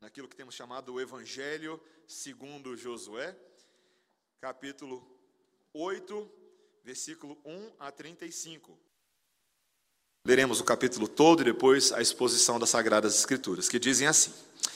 naquilo que temos chamado o Evangelho segundo Josué, capítulo 8, versículo 1 a 35. Leremos o capítulo todo e depois a exposição das Sagradas Escrituras, que dizem assim: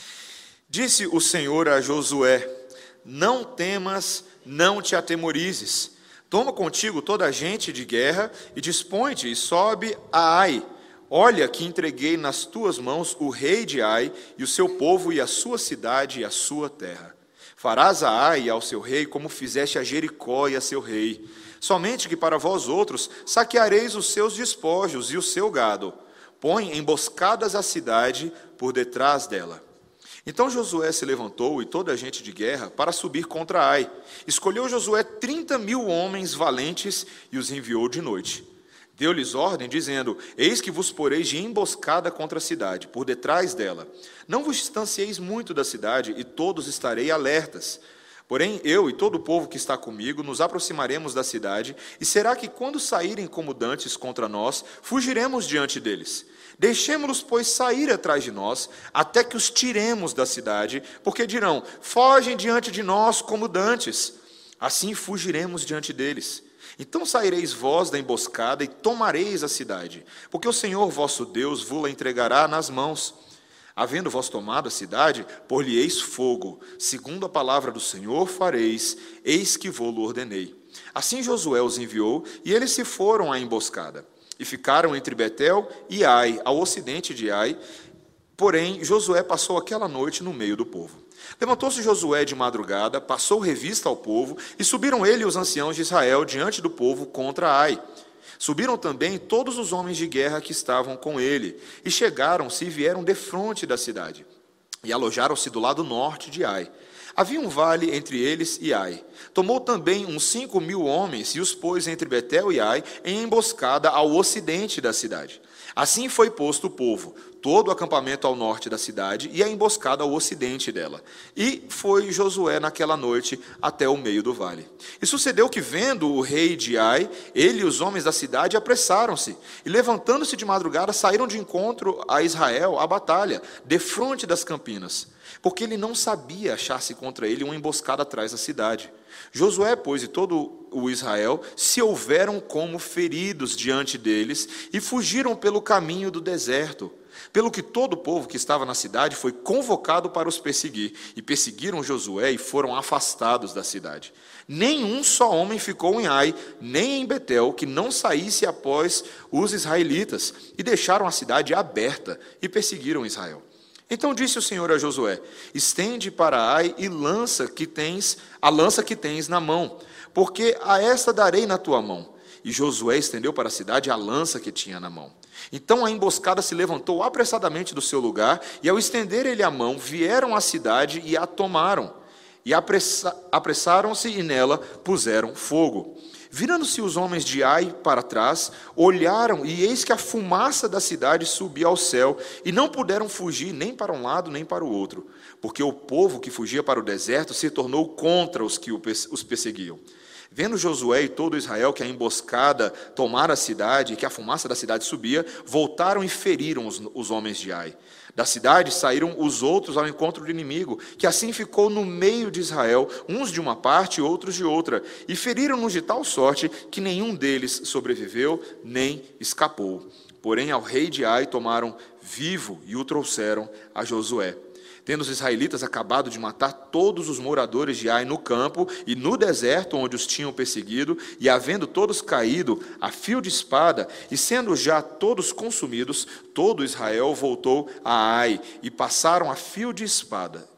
Disse o Senhor a Josué: Não temas, não te atemorizes. Toma contigo toda a gente de guerra e dispõe-te e sobe a Ai. Olha que entreguei nas tuas mãos o rei de Ai e o seu povo e a sua cidade e a sua terra. Farás a Ai e ao seu rei como fizeste a Jericó e a seu rei. Somente que para vós outros saqueareis os seus despojos e o seu gado. Põe emboscadas a cidade por detrás dela. Então Josué se levantou e toda a gente de guerra para subir contra Ai. Escolheu Josué 30.000 homens valentes e os enviou de noite. Deu-lhes ordem, dizendo: Eis que vos poreis de emboscada contra a cidade, por detrás dela. Não vos distancieis muito da cidade, e todos estarei alertas. Porém, eu e todo o povo que está comigo nos aproximaremos da cidade, e será que, quando saírem como dantes contra nós, fugiremos diante deles? Deixemo-los, pois, sair atrás de nós, até que os tiremos da cidade, porque dirão: Fogem diante de nós como dantes. Assim fugiremos diante deles. Então saireis vós da emboscada e tomareis a cidade, porque o Senhor vosso Deus vos-la entregará nas mãos. Havendo vós tomado a cidade, por-lhe-eis fogo, segundo a palavra do Senhor fareis, eis que vou-lo ordenei. Assim Josué os enviou, e eles se foram à emboscada, e ficaram entre Betel e Ai, ao ocidente de Ai. Porém, Josué passou aquela noite no meio do povo. Levantou-se Josué de madrugada, passou revista ao povo, e subiram ele e os anciãos de Israel diante do povo contra Ai. Subiram também todos os homens de guerra que estavam com ele, e chegaram-se e vieram defronte da cidade, e alojaram-se do lado norte de Ai. Havia um vale entre eles e Ai. Tomou também uns 5.000 homens, e os pôs entre Betel e Ai, em emboscada ao ocidente da cidade. Assim foi posto o povo, todo o acampamento ao norte da cidade e a emboscada ao ocidente dela. E foi Josué naquela noite até o meio do vale. E sucedeu que, vendo o rei de Ai, ele e os homens da cidade apressaram-se, e levantando-se de madrugada, saíram de encontro a Israel à batalha, defronte das campinas, porque ele não sabia achar-se contra ele uma emboscada atrás da cidade. Josué, pois, e todo o Israel se houveram como feridos diante deles e fugiram pelo caminho do deserto. Pelo que todo o povo que estava na cidade foi convocado para os perseguir, e perseguiram Josué e foram afastados da cidade. Nenhum só homem ficou em Ai, nem em Betel, que não saísse após os israelitas, e deixaram a cidade aberta e perseguiram Israel. Então disse o Senhor a Josué: Estende para Ai e a lança que tens na mão, porque a esta darei na tua mão. E Josué estendeu para a cidade a lança que tinha na mão. Então a emboscada se levantou apressadamente do seu lugar, e ao estender ele a mão, vieram à cidade e a tomaram. E apressaram-se e nela puseram fogo. Virando-se os homens de Ai para trás, olharam, e eis que a fumaça da cidade subia ao céu, e não puderam fugir nem para um lado nem para o outro, porque o povo que fugia para o deserto se tornou contra os que os perseguiam. Vendo Josué e todo Israel que a emboscada tomara a cidade, e que a fumaça da cidade subia, voltaram e feriram os homens de Ai. Da cidade saíram os outros ao encontro do inimigo, que assim ficou no meio de Israel, uns de uma parte e outros de outra, e feriram-nos de tal sorte que nenhum deles sobreviveu nem escapou. Porém ao rei de Ai tomaram vivo e o trouxeram a Josué. Tendo os israelitas acabado de matar todos os moradores de Ai no campo e no deserto onde os tinham perseguido, e havendo todos caído a fio de espada, e sendo já todos consumidos, todo Israel voltou a Ai, e passaram a fio de espada.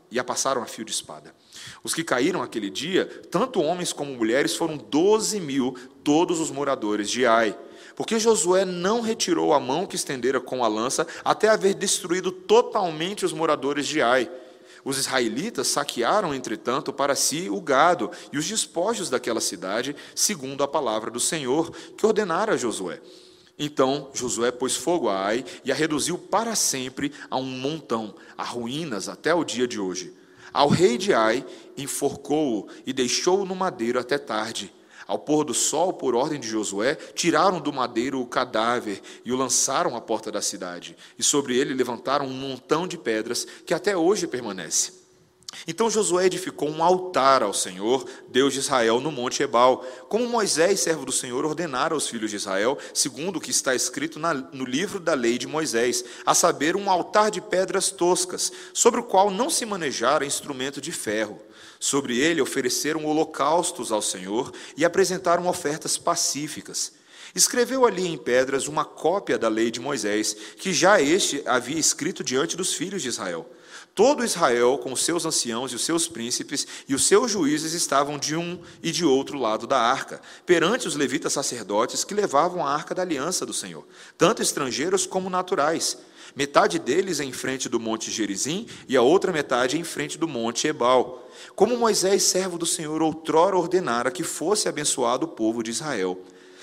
Os que caíram aquele dia, tanto homens como mulheres, foram 12.000, todos os moradores de Ai. Porque Josué não retirou a mão que estendera com a lança, até haver destruído totalmente os moradores de Ai. Os israelitas saquearam, entretanto, para si o gado e os despojos daquela cidade, segundo a palavra do Senhor, que ordenara a Josué. Então Josué pôs fogo a Ai e a reduziu para sempre a um montão, a ruínas até o dia de hoje. Ao rei de Ai enforcou-o e deixou-o no madeiro até tarde. Ao pôr do sol, por ordem de Josué, tiraram do madeiro o cadáver e o lançaram à porta da cidade. E sobre ele levantaram um montão de pedras que até hoje permanece. Então Josué edificou um altar ao Senhor, Deus de Israel, no monte Ebal, como Moisés, servo do Senhor, ordenara aos filhos de Israel, segundo o que está escrito no livro da lei de Moisés, a saber, um altar de pedras toscas, sobre o qual não se manejara instrumento de ferro. Sobre ele ofereceram holocaustos ao Senhor e apresentaram ofertas pacíficas. Escreveu ali em pedras uma cópia da lei de Moisés, que já este havia escrito diante dos filhos de Israel. Todo Israel, com os seus anciãos e os seus príncipes e os seus juízes, estavam de um e de outro lado da arca, perante os levitas sacerdotes que levavam a arca da aliança do Senhor, tanto estrangeiros como naturais. Metade deles em frente do monte Gerizim e a outra metade em frente do monte Ebal. Como Moisés, servo do Senhor, outrora ordenara que fosse abençoado o povo de Israel.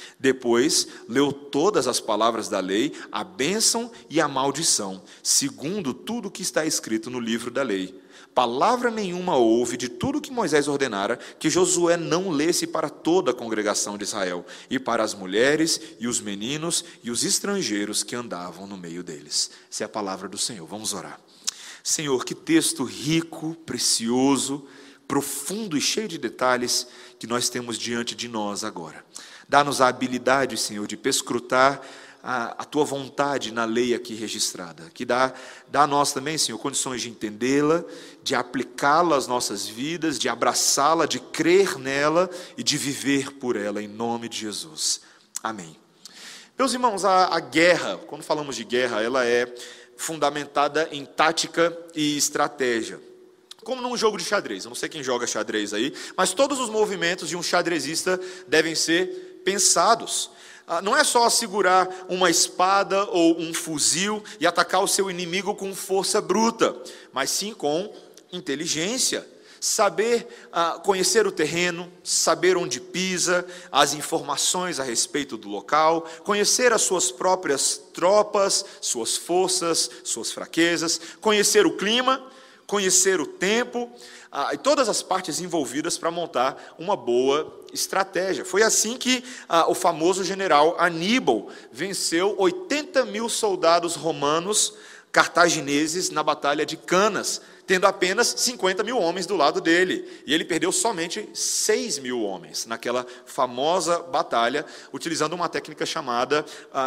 Depois, leu todas as palavras da lei, a bênção e a maldição, segundo tudo o que está escrito no livro da lei. Palavra nenhuma houve de tudo que Moisés ordenara que Josué não lesse para toda a congregação de Israel, e para as mulheres e os meninos e os estrangeiros que andavam no meio deles. Essa é a palavra do Senhor. Vamos orar. Senhor, que texto rico, precioso, profundo e cheio de detalhes que nós temos diante de nós agora. Dá-nos a habilidade, Senhor, de perscrutar a Tua vontade na lei aqui registrada. Que dá a nós também, Senhor, condições de entendê-la, de aplicá-la às nossas vidas, de abraçá-la, de crer nela e de viver por ela, em nome de Jesus. Amém. Meus irmãos, a guerra, quando falamos de guerra, ela é fundamentada em tática e estratégia. Como num jogo de xadrez. Eu não sei quem joga xadrez aí, mas todos os movimentos de um xadrezista devem ser pensados. Não é só segurar uma espada ou um fuzil e atacar o seu inimigo com força bruta, mas sim com inteligência. Saber conhecer o terreno, saber onde pisa, as informações a respeito do local, conhecer as suas próprias tropas, suas forças, suas fraquezas, conhecer o clima, conhecer o tempo e todas as partes envolvidas para montar uma boa estratégia. Foi assim que o famoso general Aníbal venceu 80 mil soldados romanos cartagineses na batalha de Canas, tendo apenas 50 mil homens do lado dele. E ele perdeu somente 6 mil homens naquela famosa batalha, utilizando uma técnica chamada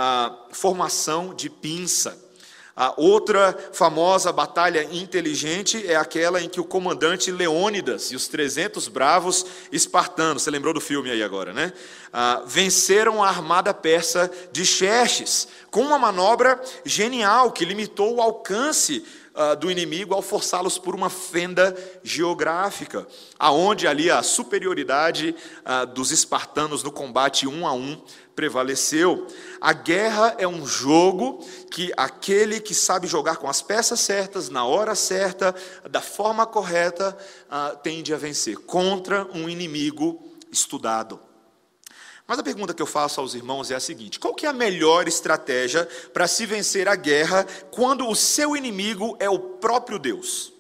formação de pinça. A outra famosa batalha inteligente é aquela em que o comandante Leônidas e os 300 bravos espartanos, você lembrou do filme aí agora, né? Venceram a armada persa de Xerxes, com uma manobra genial que limitou o alcance do inimigo ao forçá-los por uma fenda geográfica, aonde ali a superioridade dos espartanos no combate 1 a 1 prevaleceu. A guerra é um jogo que aquele que sabe jogar com as peças certas, na hora certa, da forma correta, tende a vencer contra um inimigo estudado. Mas a pergunta que eu faço aos irmãos é a seguinte: qual que é a melhor estratégia para se vencer a guerra quando o seu inimigo é o próprio Deus?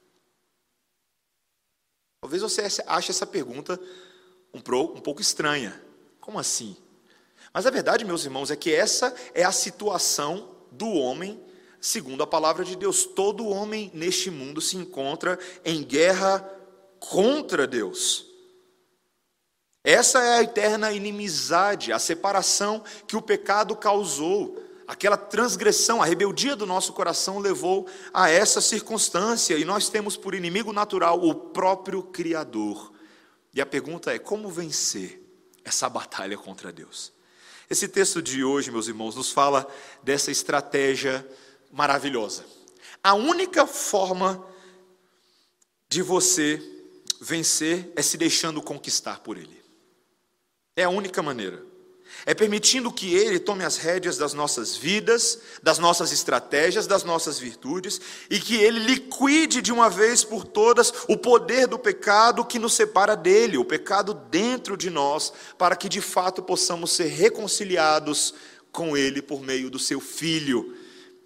Talvez você ache essa pergunta um pouco estranha. Como assim? Mas a verdade, meus irmãos, é que essa é a situação do homem, segundo a palavra de Deus. Todo homem neste mundo se encontra em guerra contra Deus. Essa é a eterna inimizade, a separação que o pecado causou. Aquela transgressão, a rebeldia do nosso coração levou a essa circunstância. E nós temos por inimigo natural o próprio Criador. E a pergunta é: como vencer essa batalha contra Deus? Esse texto de hoje, meus irmãos, nos fala dessa estratégia maravilhosa. A única forma de você vencer é se deixando conquistar por Ele. É a única maneira. É permitindo que Ele tome as rédeas das nossas vidas, das nossas estratégias, das nossas virtudes, e que Ele liquide de uma vez por todas o poder do pecado que nos separa dEle, o pecado dentro de nós, para que de fato possamos ser reconciliados com Ele por meio do Seu Filho.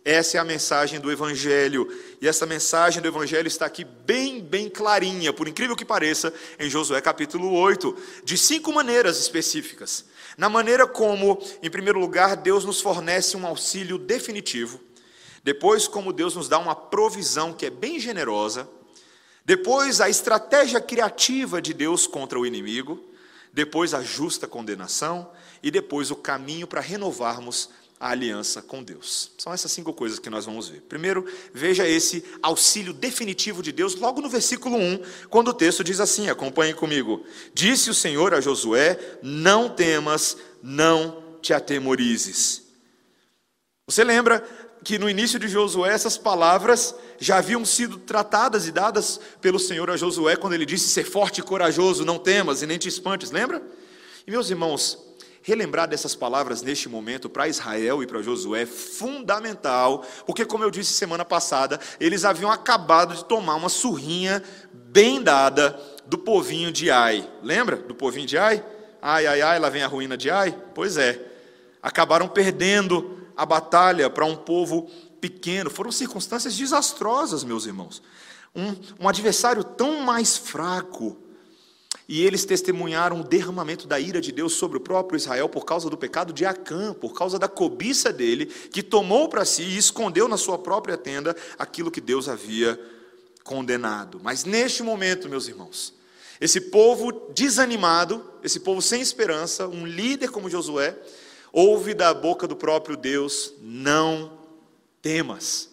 Essa é a mensagem do Evangelho. E essa mensagem do Evangelho está aqui bem clarinha, por incrível que pareça, em Josué capítulo 8, de 5 maneiras específicas. Na maneira como, em primeiro lugar, Deus nos fornece um auxílio definitivo. Depois, como Deus nos dá uma provisão que é bem generosa. Depois, a estratégia criativa de Deus contra o inimigo. Depois, a justa condenação. E depois, o caminho para renovarmos a aliança com Deus. São essas 5 coisas que nós vamos ver. Primeiro, veja esse auxílio definitivo de Deus, logo no versículo 1, quando o texto diz assim, acompanhem comigo. Disse o Senhor a Josué, não temas, não te atemorizes. Você lembra que no início de Josué, essas palavras já haviam sido tratadas e dadas pelo Senhor a Josué, quando ele disse, ser forte e corajoso, não temas e nem te espantes, lembra? E meus irmãos, relembrar dessas palavras neste momento para Israel e para Josué é fundamental, porque como eu disse semana passada, eles haviam acabado de tomar uma surrinha bem dada do povinho de Ai. Lembra do povinho de Ai? Ai, lá vem a ruína de Ai? Pois é, acabaram perdendo a batalha para um povo pequeno. Foram circunstâncias desastrosas, meus irmãos. Um adversário tão mais fraco. E eles testemunharam o derramamento da ira de Deus sobre o próprio Israel por causa do pecado de Acã, por causa da cobiça dele, que tomou para si e escondeu na sua própria tenda aquilo que Deus havia condenado. Mas neste momento, meus irmãos, esse povo desanimado, esse povo sem esperança, um líder como Josué, ouve da boca do próprio Deus, não temas,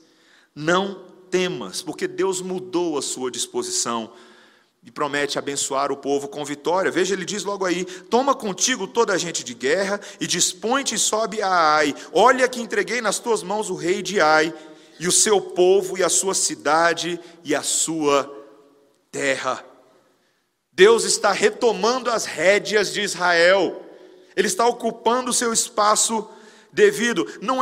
porque Deus mudou a sua disposição e promete abençoar o povo com vitória. Veja, ele diz logo aí, toma contigo toda a gente de guerra, e dispõe-te e sobe a Ai. Olha que entreguei nas tuas mãos o rei de Ai, e o seu povo, e a sua cidade, e a sua terra. Deus está retomando as rédeas de Israel. Ele está ocupando o seu espaço devido. Não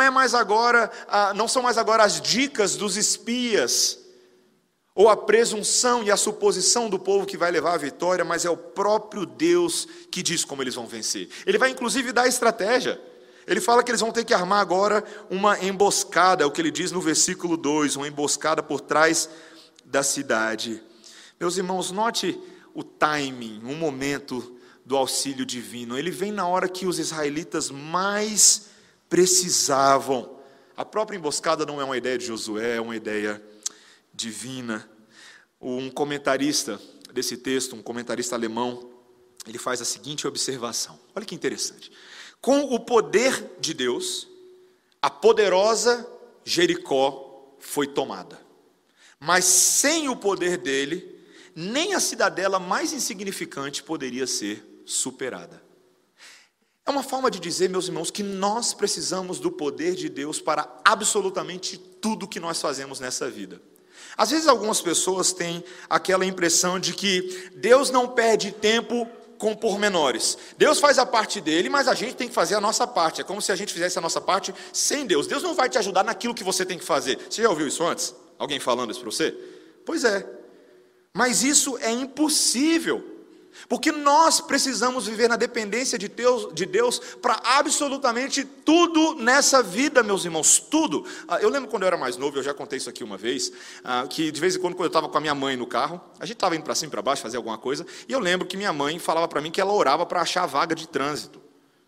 são mais agora as dicas dos espias, ou a presunção e a suposição do povo que vai levar a vitória, mas é o próprio Deus que diz como eles vão vencer. Ele vai inclusive dar estratégia. Ele fala que eles vão ter que armar agora uma emboscada, é o que ele diz no versículo 2, uma emboscada por trás da cidade. Meus irmãos, note o timing, o momento do auxílio divino. Ele vem na hora que os israelitas mais precisavam. A própria emboscada não é uma ideia de Josué, é uma ideia divina. Um comentarista desse texto, um comentarista alemão, ele faz a seguinte observação. Olha que interessante. Com o poder de Deus, a poderosa Jericó foi tomada. Mas sem o poder dele, nem a cidadela mais insignificante poderia ser superada. É uma forma de dizer, meus irmãos, que nós precisamos do poder de Deus para absolutamente tudo que nós fazemos nessa vida. Às vezes algumas pessoas têm aquela impressão de que Deus não perde tempo com pormenores. Deus faz a parte dele, mas a gente tem que fazer a nossa parte. É como se a gente fizesse a nossa parte sem Deus. Deus não vai te ajudar naquilo que você tem que fazer. Você já ouviu isso antes? Alguém falando isso para você? Pois é. Mas isso é impossível. Porque nós precisamos viver na dependência de Deus para absolutamente tudo nessa vida, meus irmãos, tudo. Eu lembro quando eu era mais novo, eu já contei isso aqui uma vez, que de vez em quando eu estava com a minha mãe no carro, a gente estava indo para cima e para baixo fazer alguma coisa, e eu lembro que minha mãe falava para mim que ela orava para achar vaga de trânsito.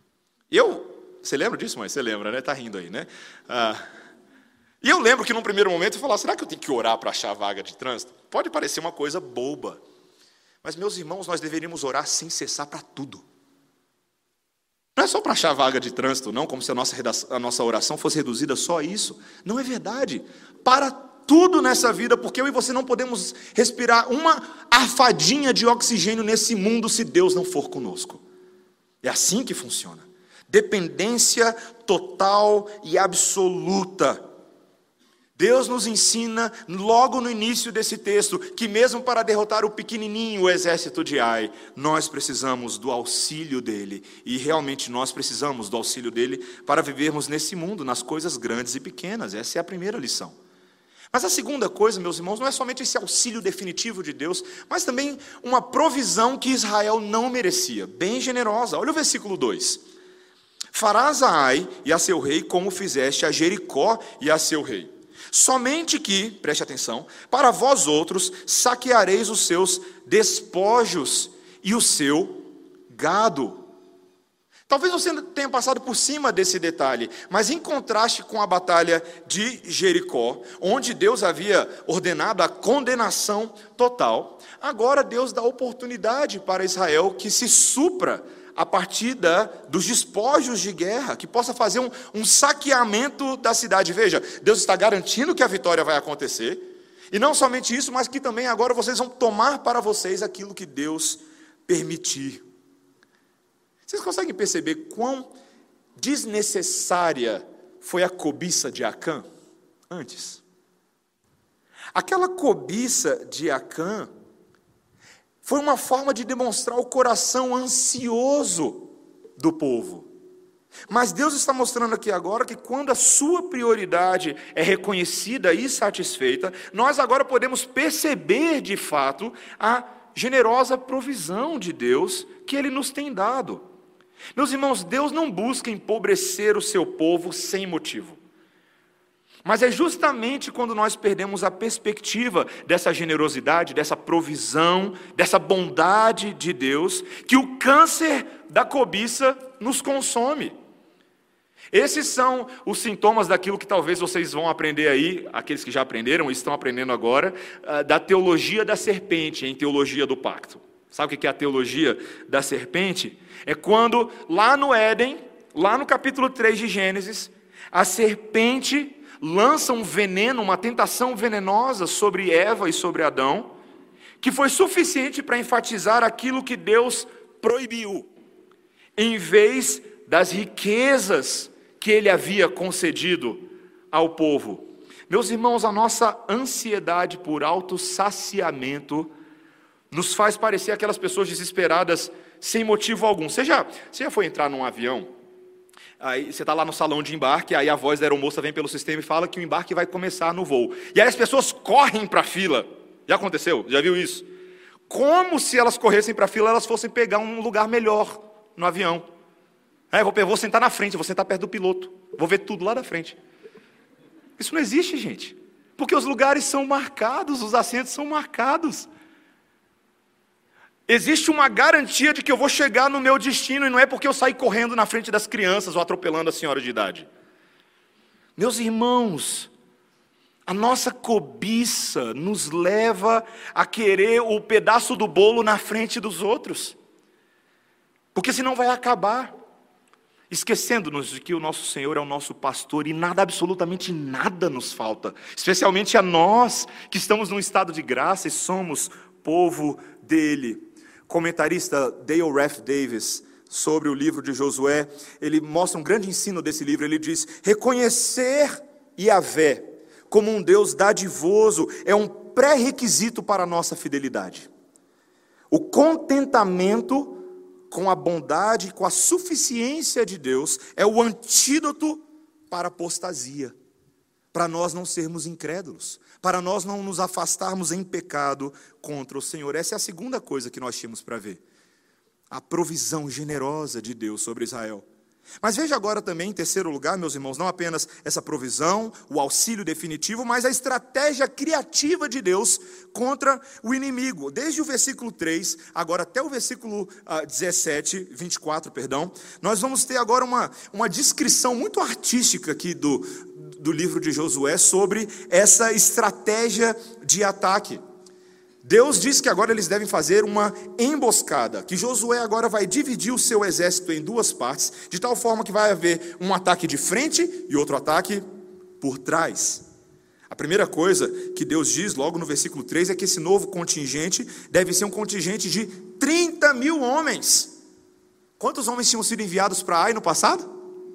Você lembra disso, mãe? Você lembra, né? Está rindo aí, né? E eu lembro que num primeiro momento eu falava, será que eu tenho que orar para achar vaga de trânsito? Pode parecer uma coisa boba. Mas, meus irmãos, nós deveríamos orar sem cessar para tudo. Não é só para achar vaga de trânsito, não, como se a nossa oração fosse reduzida só a isso. Não é verdade. Para tudo nessa vida, porque eu e você não podemos respirar uma arfadinha de oxigênio nesse mundo se Deus não for conosco. É assim que funciona. Dependência total e absoluta. Deus nos ensina, logo no início desse texto, que mesmo para derrotar o pequenininho, o exército de Ai, nós precisamos do auxílio dele. E realmente nós precisamos do auxílio dele para vivermos nesse mundo, nas coisas grandes e pequenas. Essa é a primeira lição. Mas a segunda coisa, meus irmãos, não é somente esse auxílio definitivo de Deus, mas também uma provisão que Israel não merecia, bem generosa. Olha o versículo 2. farás a Ai e a seu rei como fizeste a Jericó e a seu rei. Somente que, preste atenção, para vós outros saqueareis os seus despojos e o seu gado. Talvez você tenha passado por cima desse detalhe, mas em contraste com a batalha de Jericó, onde Deus havia ordenado a condenação total, agora Deus dá oportunidade para Israel que se supra a partir dos despojos de guerra, que possa fazer um saqueamento da cidade. Veja, Deus está garantindo que a vitória vai acontecer, e não somente isso, mas que também agora vocês vão tomar para vocês aquilo que Deus permitir. Vocês conseguem perceber quão desnecessária foi a cobiça de Acã antes? Aquela cobiça de Acã foi uma forma de demonstrar o coração ansioso do povo. Mas Deus está mostrando aqui agora que quando a sua prioridade é reconhecida e satisfeita, nós agora podemos perceber de fato a generosa provisão de Deus que Ele nos tem dado. Meus irmãos, Deus não busca empobrecer o seu povo sem motivo. Mas é justamente quando nós perdemos a perspectiva dessa generosidade, dessa provisão, dessa bondade de Deus, que o câncer da cobiça nos consome. Esses são os sintomas daquilo que talvez vocês vão aprender aí, aqueles que já aprenderam e estão aprendendo agora, da teologia da serpente, em teologia do pacto. Sabe o que é a teologia da serpente? É quando, lá no Éden, lá no capítulo 3 de Gênesis, a serpente lança um veneno, uma tentação venenosa sobre Eva e sobre Adão, que foi suficiente para enfatizar aquilo que Deus proibiu, em vez das riquezas que Ele havia concedido ao povo. Meus irmãos, a nossa ansiedade por autossaciamento nos faz parecer aquelas pessoas desesperadas sem motivo algum. Você já foi entrar num avião, aí você está lá no salão de embarque, aí a voz da aeromoça vem pelo sistema e fala que o embarque vai começar no voo. E aí as pessoas correm para a fila. Já aconteceu? Já viu isso? Como se elas corressem para a fila, elas fossem pegar um lugar melhor no avião. Vou sentar na frente, vou sentar perto do piloto, vou ver tudo lá da frente. Isso não existe, gente. Porque os lugares são marcados, os assentos são marcados. Existe uma garantia de que eu vou chegar no meu destino, e não é porque eu saí correndo na frente das crianças ou atropelando a senhora de idade. Meus irmãos, a nossa cobiça nos leva a querer o pedaço do bolo na frente dos outros, porque senão vai acabar, esquecendo-nos de que o nosso Senhor é o nosso pastor e nada, absolutamente nada nos falta, especialmente a nós que estamos num estado de graça e somos povo dele. Comentarista Dale Ralph Davis, sobre o livro de Josué, ele mostra um grande ensino desse livro. Ele diz: reconhecer Yahvé como um Deus dadivoso é um pré-requisito para a nossa fidelidade. O contentamento com a bondade e com a suficiência de Deus é o antídoto para a apostasia, para nós não sermos incrédulos, para nós não nos afastarmos em pecado contra o Senhor. Essa é a segunda coisa que nós tínhamos para ver: a provisão generosa de Deus sobre Israel. Mas veja agora também, em terceiro lugar, meus irmãos, não apenas essa provisão, o auxílio definitivo, mas a estratégia criativa de Deus contra o inimigo. Desde o versículo 3, agora até o versículo 24, nós vamos ter agora uma descrição muito artística aqui do livro de Josué sobre essa estratégia de ataque. Deus diz que agora eles devem fazer uma emboscada, que Josué agora vai dividir o seu exército em duas partes, de tal forma que vai haver um ataque de frente e outro ataque por trás. A primeira coisa que Deus diz logo no versículo 3 é que esse novo contingente deve ser um contingente de 30 mil homens. Quantos homens tinham sido enviados para Ai no passado?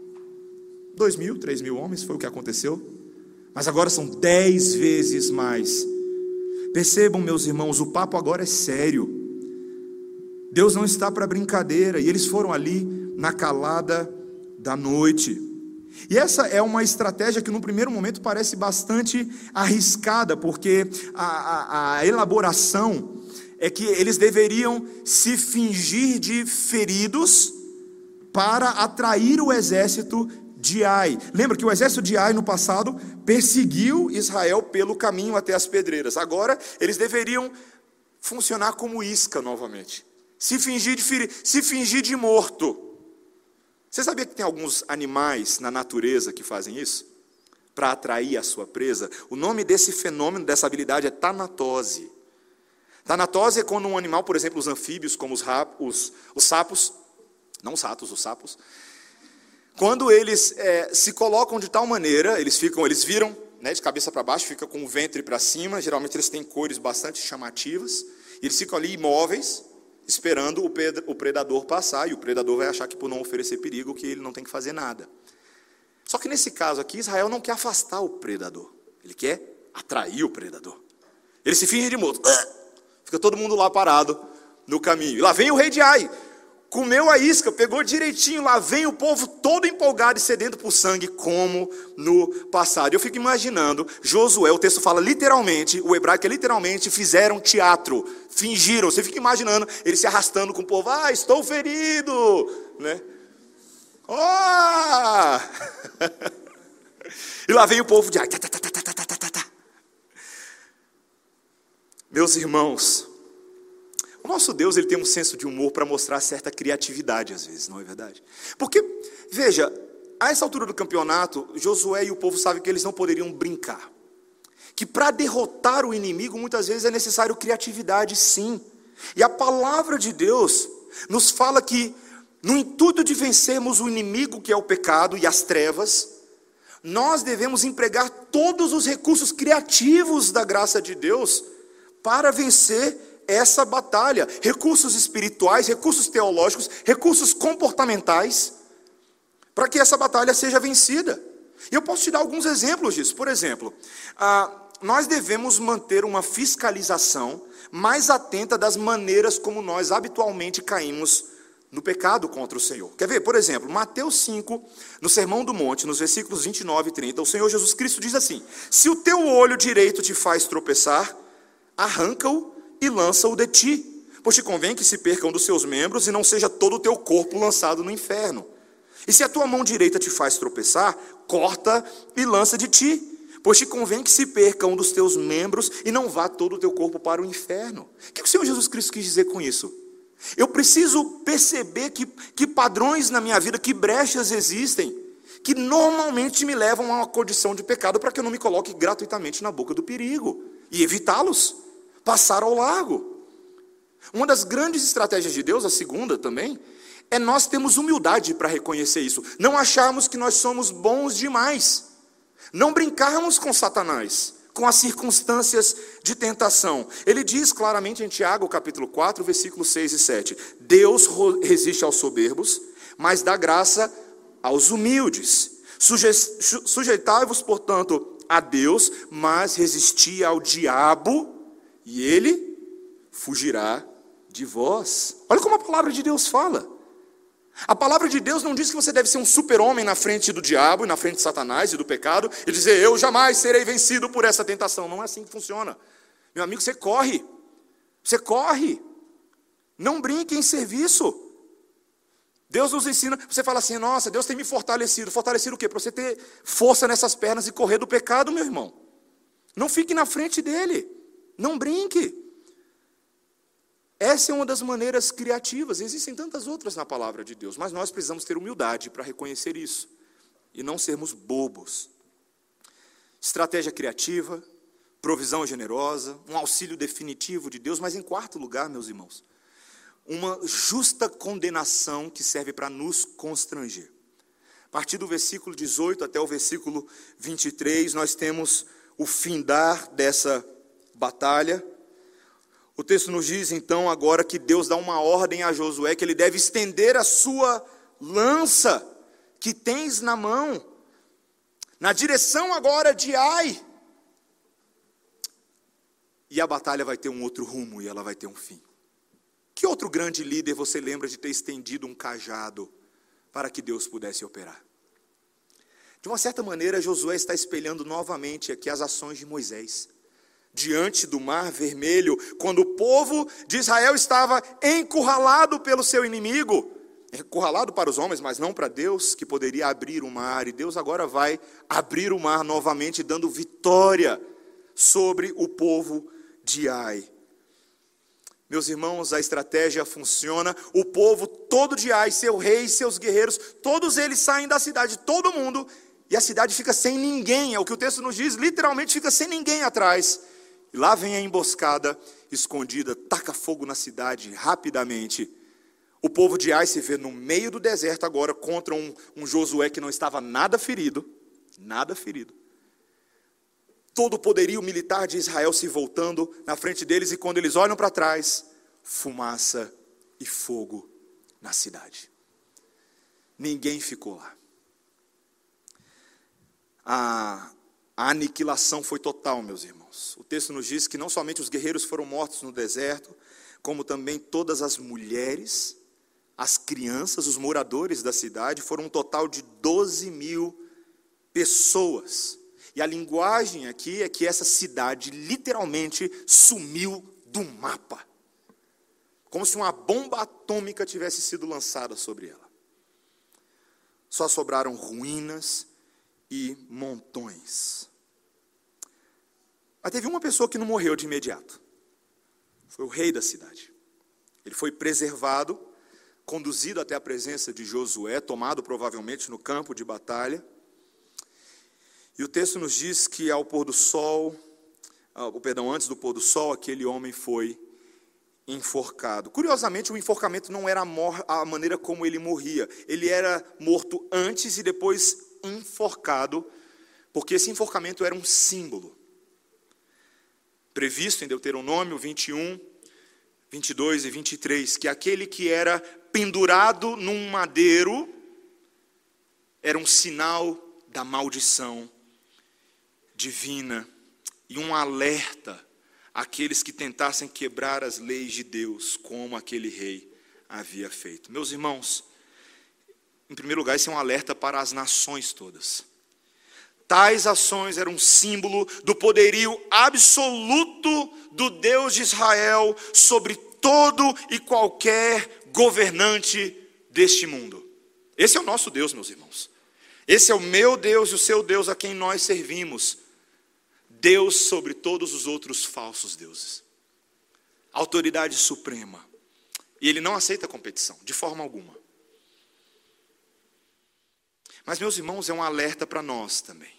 2.000, 3.000 homens, foi o que aconteceu. Mas agora são 10 vezes mais. Percebam, meus irmãos, o papo agora é sério. Deus não está para brincadeira. E eles foram ali na calada da noite. E essa é uma estratégia que no primeiro momento parece bastante arriscada, porque a elaboração é que eles deveriam se fingir de feridos para atrair o exército de Ai. Lembra que o exército de Ai no passado perseguiu Israel pelo caminho até as pedreiras. Agora eles deveriam funcionar como isca novamente. Se fingir de morto. Você sabia que tem alguns animais na natureza que fazem isso? Para atrair a sua presa? O nome desse fenômeno, dessa habilidade é tanatose. Tanatose é quando um animal, por exemplo, os anfíbios, como os sapos, não os ratos, os sapos, quando eles se colocam de tal maneira, eles viram, né, de cabeça para baixo, fica com o ventre para cima, geralmente eles têm cores bastante chamativas, e eles ficam ali imóveis, esperando o predador passar, e o predador vai achar que por não oferecer perigo, que ele não tem que fazer nada. Só que nesse caso aqui, Israel não quer afastar o predador, ele quer atrair o predador. Ele se finge de morto, fica todo mundo lá parado no caminho. E lá vem o rei de Ai, comeu a isca, pegou direitinho, lá vem o povo todo empolgado e sedento por sangue, como no passado. Eu fico imaginando, Josué, o texto fala literalmente, o hebraico é literalmente, fizeram teatro, fingiram. Você fica imaginando ele se arrastando com o povo, estou ferido, né? E lá vem o povo de Ai, Meus irmãos, o nosso Deus, ele tem um senso de humor para mostrar certa criatividade às vezes, não é verdade? Porque, veja, a essa altura do campeonato, Josué e o povo sabem que eles não poderiam brincar. Que para derrotar o inimigo, muitas vezes é necessário criatividade, sim. E a palavra de Deus nos fala que, no intuito de vencermos o inimigo que é o pecado e as trevas, nós devemos empregar todos os recursos criativos da graça de Deus para vencer essa batalha, recursos espirituais, recursos teológicos, recursos comportamentais, para que essa batalha seja vencida. E eu posso te dar alguns exemplos disso. Por exemplo, nós devemos manter uma fiscalização mais atenta das maneiras como nós habitualmente caímos no pecado contra o Senhor. Quer ver? Por exemplo, Mateus 5, no Sermão do Monte, nos versículos 29 e 30, o Senhor Jesus Cristo diz assim: se o teu olho direito te faz tropeçar, arranca-o e lança-o de ti, pois te convém que se percam dos seus membros e não seja todo o teu corpo lançado no inferno. E se a tua mão direita te faz tropeçar, corta e lança de ti, pois te convém que se perca um dos teus membros e não vá todo o teu corpo para o inferno. O que o Senhor Jesus Cristo quis dizer com isso? Eu preciso perceber que padrões na minha vida, que brechas existem, que normalmente me levam a uma condição de pecado, para que eu não me coloque gratuitamente na boca do perigo e evitá-los. Passar ao largo. Uma das grandes estratégias de Deus, a segunda também, é nós termos humildade para reconhecer isso. Não acharmos que nós somos bons demais. Não brincarmos com Satanás, com as circunstâncias de tentação. Ele diz claramente em Tiago, capítulo 4, versículos 6 e 7. Deus resiste aos soberbos, mas dá graça aos humildes. Sujeitai-vos, portanto, a Deus, mas resisti ao diabo, e ele fugirá de vós. Olha como a palavra de Deus fala. A palavra de Deus não diz que você deve ser um super-homem na frente do diabo e na frente de Satanás e do pecado, e dizer, eu jamais serei vencido por essa tentação. Não é assim que funciona. Meu amigo, você corre. Você corre. Não brinque em serviço. Deus nos ensina, você fala assim, nossa, Deus tem me fortalecido. Fortalecido o quê? Para você ter força nessas pernas e correr do pecado, meu irmão. Não fique na frente dele. Não brinque. Essa é uma das maneiras criativas. Existem tantas outras na palavra de Deus, mas nós precisamos ter humildade para reconhecer isso e não sermos bobos. Estratégia criativa, provisão generosa, um auxílio definitivo de Deus, mas em quarto lugar, meus irmãos, uma justa condenação que serve para nos constranger. A partir do versículo 18 até o versículo 23, nós temos o findar dessa batalha. O texto nos diz então agora que Deus dá uma ordem a Josué, que ele deve estender a sua lança que tens na mão, na direção agora de Ai. E a batalha vai ter um outro rumo e ela vai ter um fim. Que outro grande líder você lembra de ter estendido um cajado para que Deus pudesse operar? De uma certa maneira, Josué está espelhando novamente aqui as ações de Moisés. Diante do Mar Vermelho, quando o povo de Israel estava encurralado pelo seu inimigo, encurralado para os homens, mas não para Deus, que poderia abrir o mar. E Deus agora vai abrir o mar novamente, dando vitória sobre o povo de Ai. Meus irmãos, a estratégia funciona. O povo todo de Ai, seu rei, seus guerreiros, todos eles saem da cidade, todo mundo, e a cidade fica sem ninguém. É o que o texto nos diz, literalmente fica sem ninguém atrás. E lá vem a emboscada escondida, taca fogo na cidade rapidamente. O povo de Ai se vê no meio do deserto agora contra um Josué que não estava nada ferido. Nada ferido. Todo o poderio militar de Israel se voltando na frente deles, e quando eles olham para trás, fumaça e fogo na cidade. Ninguém ficou lá. A aniquilação foi total, meus irmãos. O texto nos diz que não somente os guerreiros foram mortos no deserto, como também todas as mulheres, as crianças, os moradores da cidade. Foram um total de 12.000 pessoas. E a linguagem aqui é que essa cidade literalmente sumiu do mapa. Como se uma bomba atômica tivesse sido lançada sobre ela. Só sobraram ruínas e montões. Mas teve uma pessoa que não morreu de imediato. Foi o rei da cidade. Ele foi preservado, conduzido até a presença de Josué, tomado provavelmente no campo de batalha. E o texto nos diz que ao pôr do sol, antes do pôr do sol, aquele homem foi enforcado. Curiosamente, o enforcamento não era a maneira como ele morria. Ele era morto antes e depois enforcado, porque esse enforcamento era um símbolo. Previsto em Deuteronômio 21, 22 e 23, que aquele que era pendurado num madeiro era um sinal da maldição divina e um alerta àqueles que tentassem quebrar as leis de Deus, como aquele rei havia feito. Meus irmãos, em primeiro lugar, esse é um alerta para as nações todas. Tais ações eram um símbolo do poderio absoluto do Deus de Israel sobre todo e qualquer governante deste mundo. Esse é o nosso Deus, meus irmãos. Esse é o meu Deus e o seu Deus, a quem nós servimos. Deus sobre todos os outros falsos deuses. Autoridade suprema. E ele não aceita competição, de forma alguma. Mas, meus irmãos, é um alerta para nós também.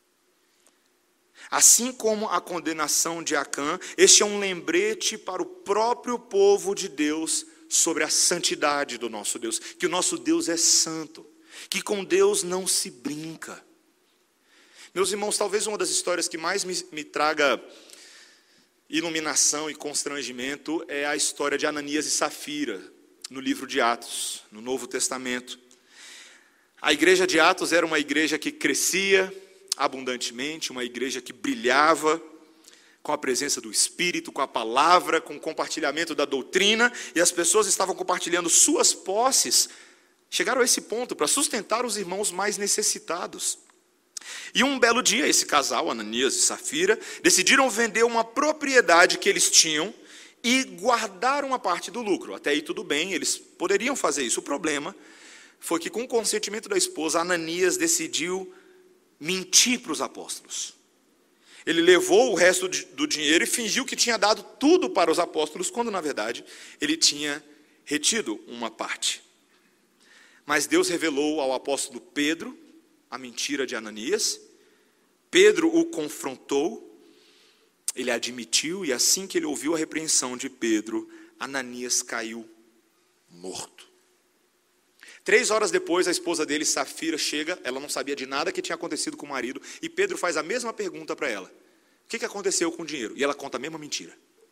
Assim como a condenação de Acã, este é um lembrete para o próprio povo de Deus sobre a santidade do nosso Deus. Que o nosso Deus é santo. Que com Deus não se brinca. Meus irmãos, talvez uma das histórias que mais me traga iluminação e constrangimento é a história de Ananias e Safira, no livro de Atos, no Novo Testamento. A igreja de Atos era uma igreja que crescia abundantemente, uma igreja que brilhava com a presença do Espírito, com a palavra, com o compartilhamento da doutrina, e as pessoas estavam compartilhando suas posses. Chegaram a esse ponto para sustentar os irmãos mais necessitados. E um belo dia, esse casal, Ananias e Safira, decidiram vender uma propriedade que eles tinham e guardar uma parte do lucro. Até aí tudo bem, eles poderiam fazer isso. O problema foi que, com o consentimento da esposa, Ananias decidiu mentir para os apóstolos. Ele levou o resto do dinheiro e fingiu que tinha dado tudo para os apóstolos, quando na verdade ele tinha retido uma parte. Mas Deus revelou ao apóstolo Pedro a mentira de Ananias. Pedro o confrontou, ele admitiu, e assim que ele ouviu a repreensão de Pedro, Ananias caiu morto. 3 horas depois, a esposa dele, Safira, chega. Ela não sabia de nada que tinha acontecido com o marido, e Pedro faz a mesma pergunta para ela: o que aconteceu com o dinheiro? E ela conta a mesma mentira.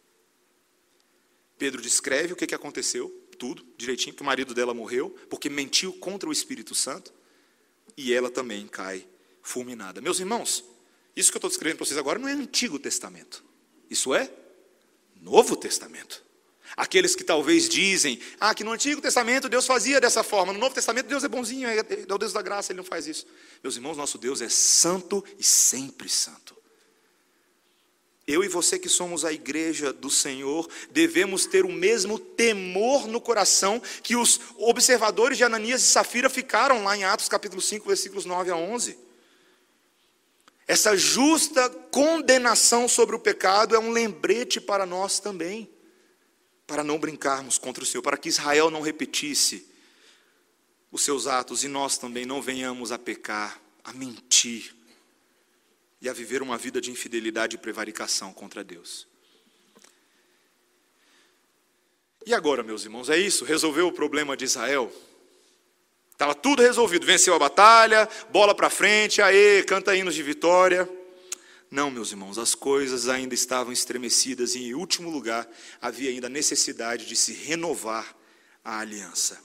Pedro descreve o que aconteceu, tudo direitinho, que o marido dela morreu porque mentiu contra o Espírito Santo, e ela também cai fulminada. Meus irmãos, isso que eu estou descrevendo para vocês agora não é Antigo Testamento, isso é Novo Testamento. Aqueles que talvez dizem que no Antigo Testamento Deus fazia dessa forma, no Novo Testamento Deus é bonzinho, é o Deus da graça, Ele não faz isso. Meus irmãos, nosso Deus é santo e sempre santo. Eu e você que somos a igreja do Senhor, devemos ter o mesmo temor no coração que os observadores de Ananias e Safira ficaram lá em Atos capítulo 5, versículos 9 a 11. Essa justa condenação sobre o pecado é um lembrete para nós também, para não brincarmos contra o Senhor, para que Israel não repetisse os seus atos e nós também não venhamos a pecar, a mentir e a viver uma vida de infidelidade e prevaricação contra Deus. E agora, meus irmãos, é isso? Resolveu o problema de Israel? Estava tudo resolvido, venceu a batalha, bola para frente, aê, canta hinos de vitória. Não, meus irmãos, as coisas ainda estavam estremecidas e, em último lugar, havia ainda a necessidade de se renovar a aliança.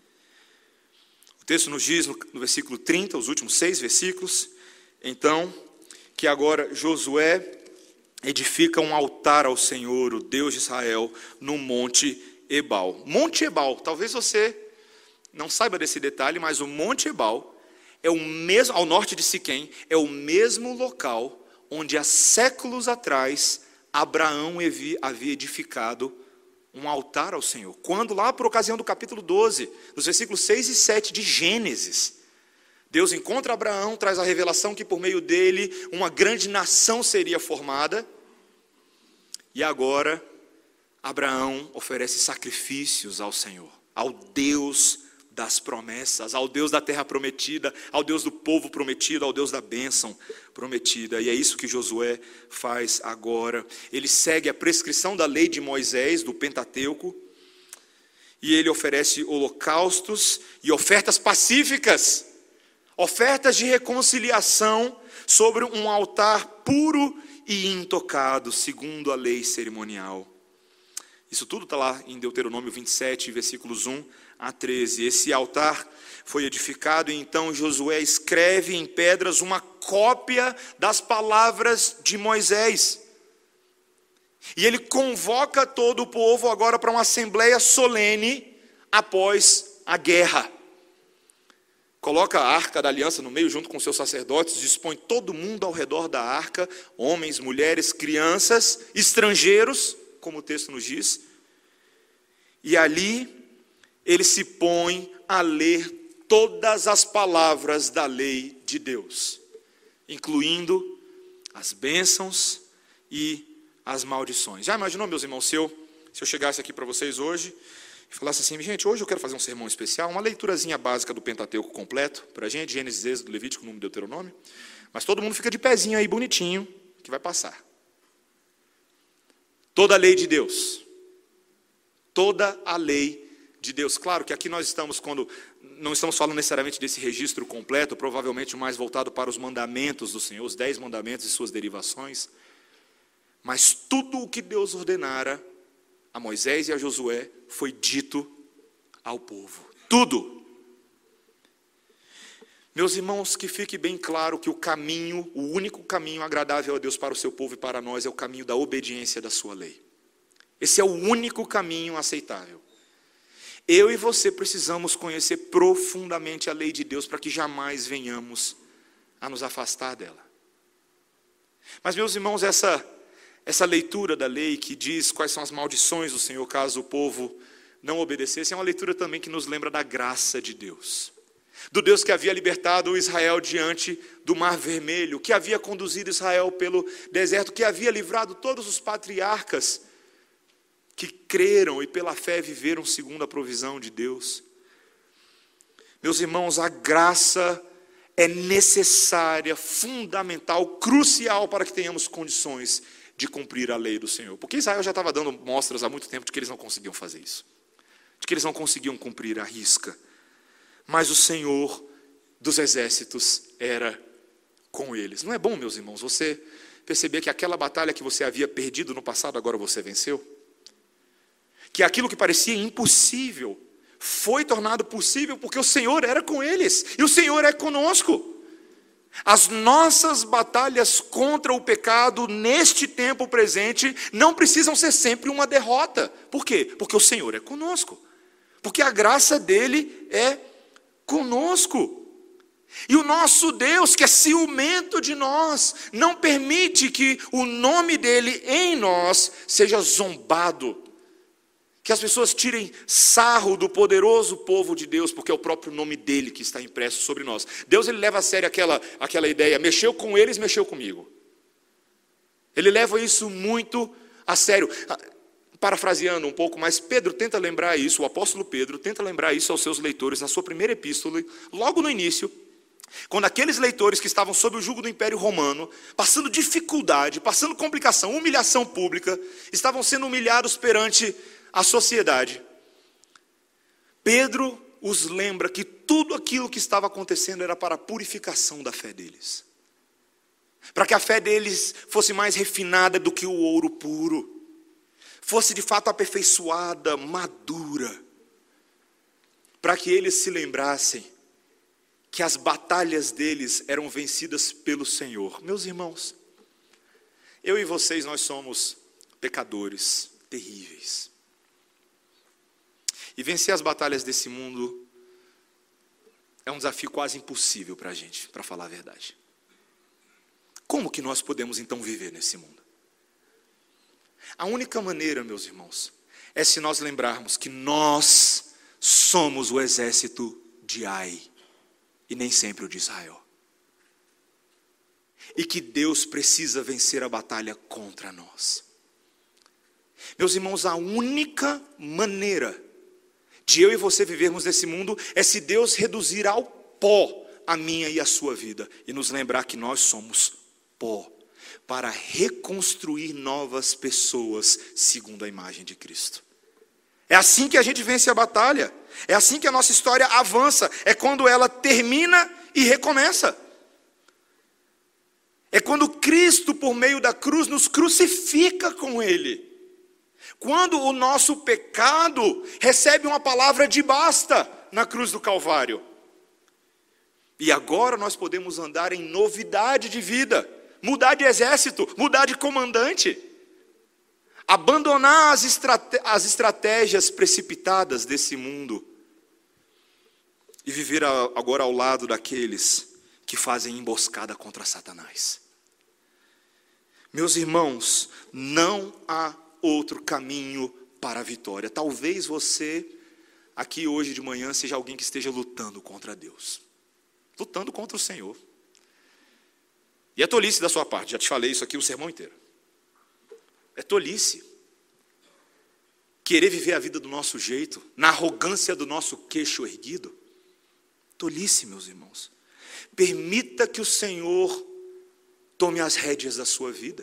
O texto nos diz, no versículo 30, os últimos 6 versículos, então, que agora Josué edifica um altar ao Senhor, o Deus de Israel, no Monte Ebal. Monte Ebal, talvez você não saiba desse detalhe, mas o Monte Ebal é o mesmo, ao norte de Siquém, é o mesmo local onde há séculos atrás Abraão havia edificado um altar ao Senhor. Quando lá por ocasião do capítulo 12, nos versículos 6 e 7 de Gênesis, Deus encontra Abraão, traz a revelação que por meio dele uma grande nação seria formada. E agora Abraão oferece sacrifícios ao Senhor, ao Deus das promessas, ao Deus da terra prometida, ao Deus do povo prometido, ao Deus da bênção prometida. E é isso que Josué faz agora. Ele segue a prescrição da lei de Moisés, do Pentateuco, e ele oferece holocaustos e ofertas pacíficas, ofertas de reconciliação sobre um altar puro e intocado, segundo a lei cerimonial. Isso tudo está lá em Deuteronômio 27, versículos 1 a 13. Esse altar foi edificado e então Josué escreve em pedras uma cópia das palavras de Moisés. E ele convoca todo o povo agora para uma assembleia solene após a guerra. Coloca a arca da aliança no meio junto com seus sacerdotes, dispõe todo mundo ao redor da arca, homens, mulheres, crianças, estrangeiros, como o texto nos diz. E ali ele se põe a ler todas as palavras da lei de Deus, incluindo as bênçãos e as maldições. Já imaginou, meus irmãos, se eu chegasse aqui para vocês hoje e falasse assim: gente, hoje eu quero fazer um sermão especial, uma leiturazinha básica do Pentateuco completo para a gente, Gênesis, Êxodo, Levítico, Número, Deuteronômio, mas todo mundo fica de pezinho aí, bonitinho, que vai passar. Toda a lei de Deus. Toda a lei de Deus. Claro que aqui nós estamos, quando não estamos falando necessariamente desse registro completo, provavelmente mais voltado para os mandamentos do Senhor, os 10 mandamentos e suas derivações, mas tudo o que Deus ordenara a Moisés e a Josué foi dito ao povo. Tudo. Meus irmãos, que fique bem claro que o único caminho agradável a Deus para o seu povo e para nós é o caminho da obediência da sua lei. Esse é o único caminho aceitável. Eu e você precisamos conhecer profundamente a lei de Deus para que jamais venhamos a nos afastar dela. Mas, meus irmãos, essa leitura da lei que diz quais são as maldições do Senhor caso o povo não obedecesse, é uma leitura também que nos lembra da graça de Deus. Do Deus que havia libertado Israel diante do Mar Vermelho, que havia conduzido Israel pelo deserto, que havia livrado todos os patriarcas que creram e pela fé viveram segundo a provisão de Deus. Meus irmãos, a graça é necessária, fundamental, crucial para que tenhamos condições de cumprir a lei do Senhor. Porque Israel já estava dando mostras há muito tempo de que eles não conseguiam fazer isso. De que eles não conseguiam cumprir a risca. Mas o Senhor dos exércitos era com eles. Não é bom, meus irmãos, você perceber que aquela batalha que você havia perdido no passado, agora você venceu? Que aquilo que parecia impossível foi tornado possível porque o Senhor era com eles e o Senhor é conosco. As nossas batalhas contra o pecado neste tempo presente não precisam ser sempre uma derrota. Por quê? Porque o Senhor é conosco. Porque a graça dele é conosco. E o nosso Deus, que é ciumento de nós, não permite que o nome dele em nós seja zombado. Que as pessoas tirem sarro do poderoso povo de Deus, porque é o próprio nome dele que está impresso sobre nós. Deus, ele leva a sério aquela ideia, mexeu com eles, mexeu comigo. Ele leva isso muito a sério. Parafraseando um pouco mais, Pedro tenta lembrar isso, o apóstolo Pedro tenta lembrar isso aos seus leitores na sua primeira epístola, logo no início, quando aqueles leitores que estavam sob o jugo do Império Romano, passando dificuldade, passando complicação, humilhação pública, estavam sendo humilhados perante a sociedade. Pedro os lembra que tudo aquilo que estava acontecendo era para a purificação da fé deles. Para que a fé deles fosse mais refinada do que o ouro puro. Fosse de fato aperfeiçoada, madura. Para que eles se lembrassem que as batalhas deles eram vencidas pelo Senhor. Meus irmãos, eu e vocês, nós somos pecadores terríveis. E vencer as batalhas desse mundo é um desafio quase impossível para a gente, para falar a verdade. Como que nós podemos então viver nesse mundo? A única maneira, meus irmãos, é se nós lembrarmos que nós somos o exército de Ai, e nem sempre o de Israel. E que Deus precisa vencer a batalha contra nós. Meus irmãos, a única maneira de eu e você vivermos nesse mundo é se Deus reduzir ao pó a minha e a sua vida e nos lembrar que nós somos pó, para reconstruir novas pessoas segundo a imagem de Cristo. É assim que a gente vence a batalha, é assim que a nossa história avança, é quando ela termina e recomeça. É quando Cristo, por meio da cruz, nos crucifica com Ele. Quando o nosso pecado recebe uma palavra de basta na cruz do Calvário. E agora nós podemos andar em novidade de vida, mudar de exército, mudar de comandante, abandonar as estratégias precipitadas desse mundo e viver agora ao lado daqueles que fazem emboscada contra Satanás. Meus irmãos, não há outro caminho para a vitória. Talvez você, aqui hoje de manhã, seja alguém que esteja lutando contra Deus. Lutando contra o Senhor. E é tolice da sua parte, já te falei isso aqui o sermão inteiro. É tolice. Querer viver a vida do nosso jeito, na arrogância do nosso queixo erguido. Tolice, meus irmãos. Permita que o Senhor tome as rédeas da sua vida.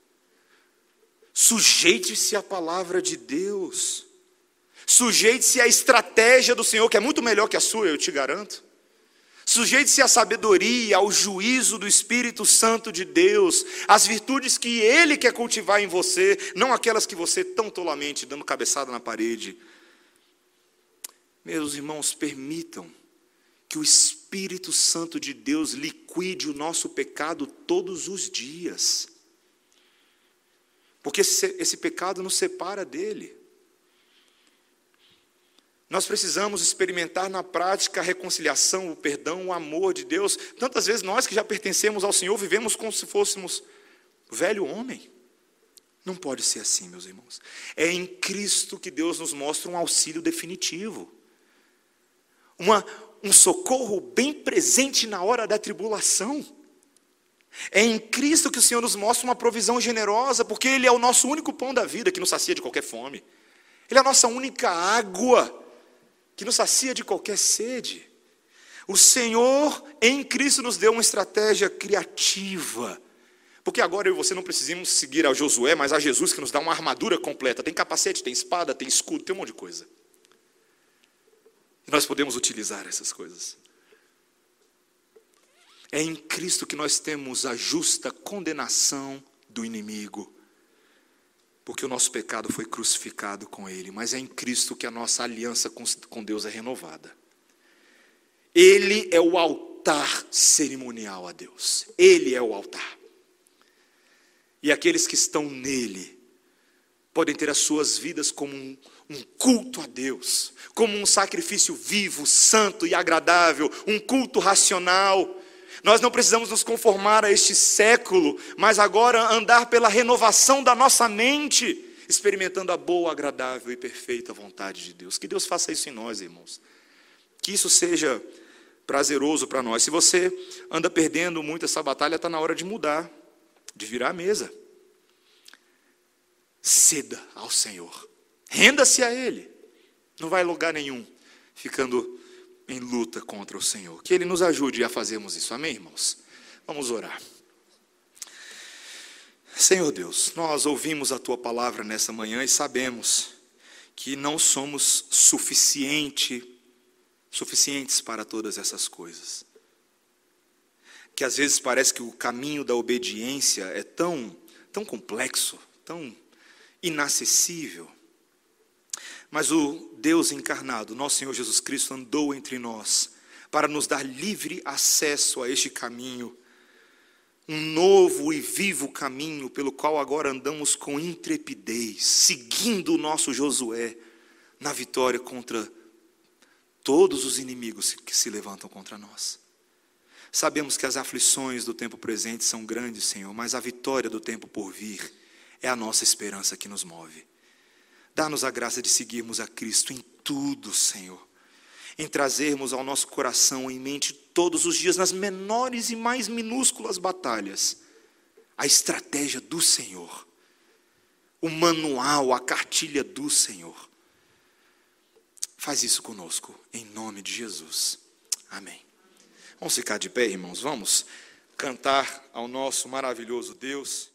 Sujeite-se à palavra de Deus. Sujeite-se à estratégia do Senhor, que é muito melhor que a sua, eu te garanto. Sujeite-se à sabedoria, ao juízo do Espírito Santo de Deus, às virtudes que Ele quer cultivar em você, não aquelas que você tão tolamente, dando cabeçada na parede. Meus irmãos, permitam que o Espírito Santo de Deus liquide o nosso pecado todos os dias. Porque esse pecado nos separa dele. Nós precisamos experimentar na prática a reconciliação, o perdão, o amor de Deus. Tantas vezes nós que já pertencemos ao Senhor, vivemos como se fôssemos velho homem. Não pode ser assim, meus irmãos. É em Cristo que Deus nos mostra um auxílio definitivo. Um socorro bem presente na hora da tribulação. É em Cristo que o Senhor nos mostra uma provisão generosa, porque Ele é o nosso único pão da vida que nos sacia de qualquer fome. Ele é a nossa única água que nos sacia de qualquer sede. O Senhor em Cristo nos deu uma estratégia criativa, porque agora eu e você não precisamos seguir a Josué, mas a Jesus que nos dá uma armadura completa. Tem capacete, tem espada, tem escudo, tem um monte de coisa. E nós podemos utilizar essas coisas. É em Cristo que nós temos a justa condenação do inimigo, porque o nosso pecado foi crucificado com Ele, mas é em Cristo que a nossa aliança com Deus é renovada. Ele é o altar cerimonial a Deus. Ele é o altar. E aqueles que estão nele podem ter as suas vidas como um culto a Deus, como um sacrifício vivo, santo e agradável, um culto racional. Nós não precisamos nos conformar a este século, mas agora andar pela renovação da nossa mente, experimentando a boa, agradável e perfeita vontade de Deus. Que Deus faça isso em nós, irmãos. Que isso seja prazeroso para nós. Se você anda perdendo muito essa batalha, está na hora de mudar, de virar a mesa. Ceda ao Senhor. Renda-se a Ele. Não vai a lugar nenhum ficando em luta contra o Senhor. Que Ele nos ajude a fazermos isso. Amém, irmãos? Vamos orar. Senhor Deus, nós ouvimos a Tua palavra nessa manhã e sabemos que não somos suficientes para todas essas coisas. Que às vezes parece que o caminho da obediência é tão complexo, tão inacessível. Mas o Deus encarnado, nosso Senhor Jesus Cristo, andou entre nós para nos dar livre acesso a este caminho, um novo e vivo caminho pelo qual agora andamos com intrepidez, seguindo o nosso Josué na vitória contra todos os inimigos que se levantam contra nós. Sabemos que as aflições do tempo presente são grandes, Senhor, mas a vitória do tempo por vir é a nossa esperança que nos move. Dá-nos a graça de seguirmos a Cristo em tudo, Senhor. Em trazermos ao nosso coração, em mente, todos os dias, nas menores e mais minúsculas batalhas, a estratégia do Senhor, o manual, a cartilha do Senhor. Faz isso conosco, em nome de Jesus. Amém. Vamos ficar de pé, irmãos? Vamos cantar ao nosso maravilhoso Deus.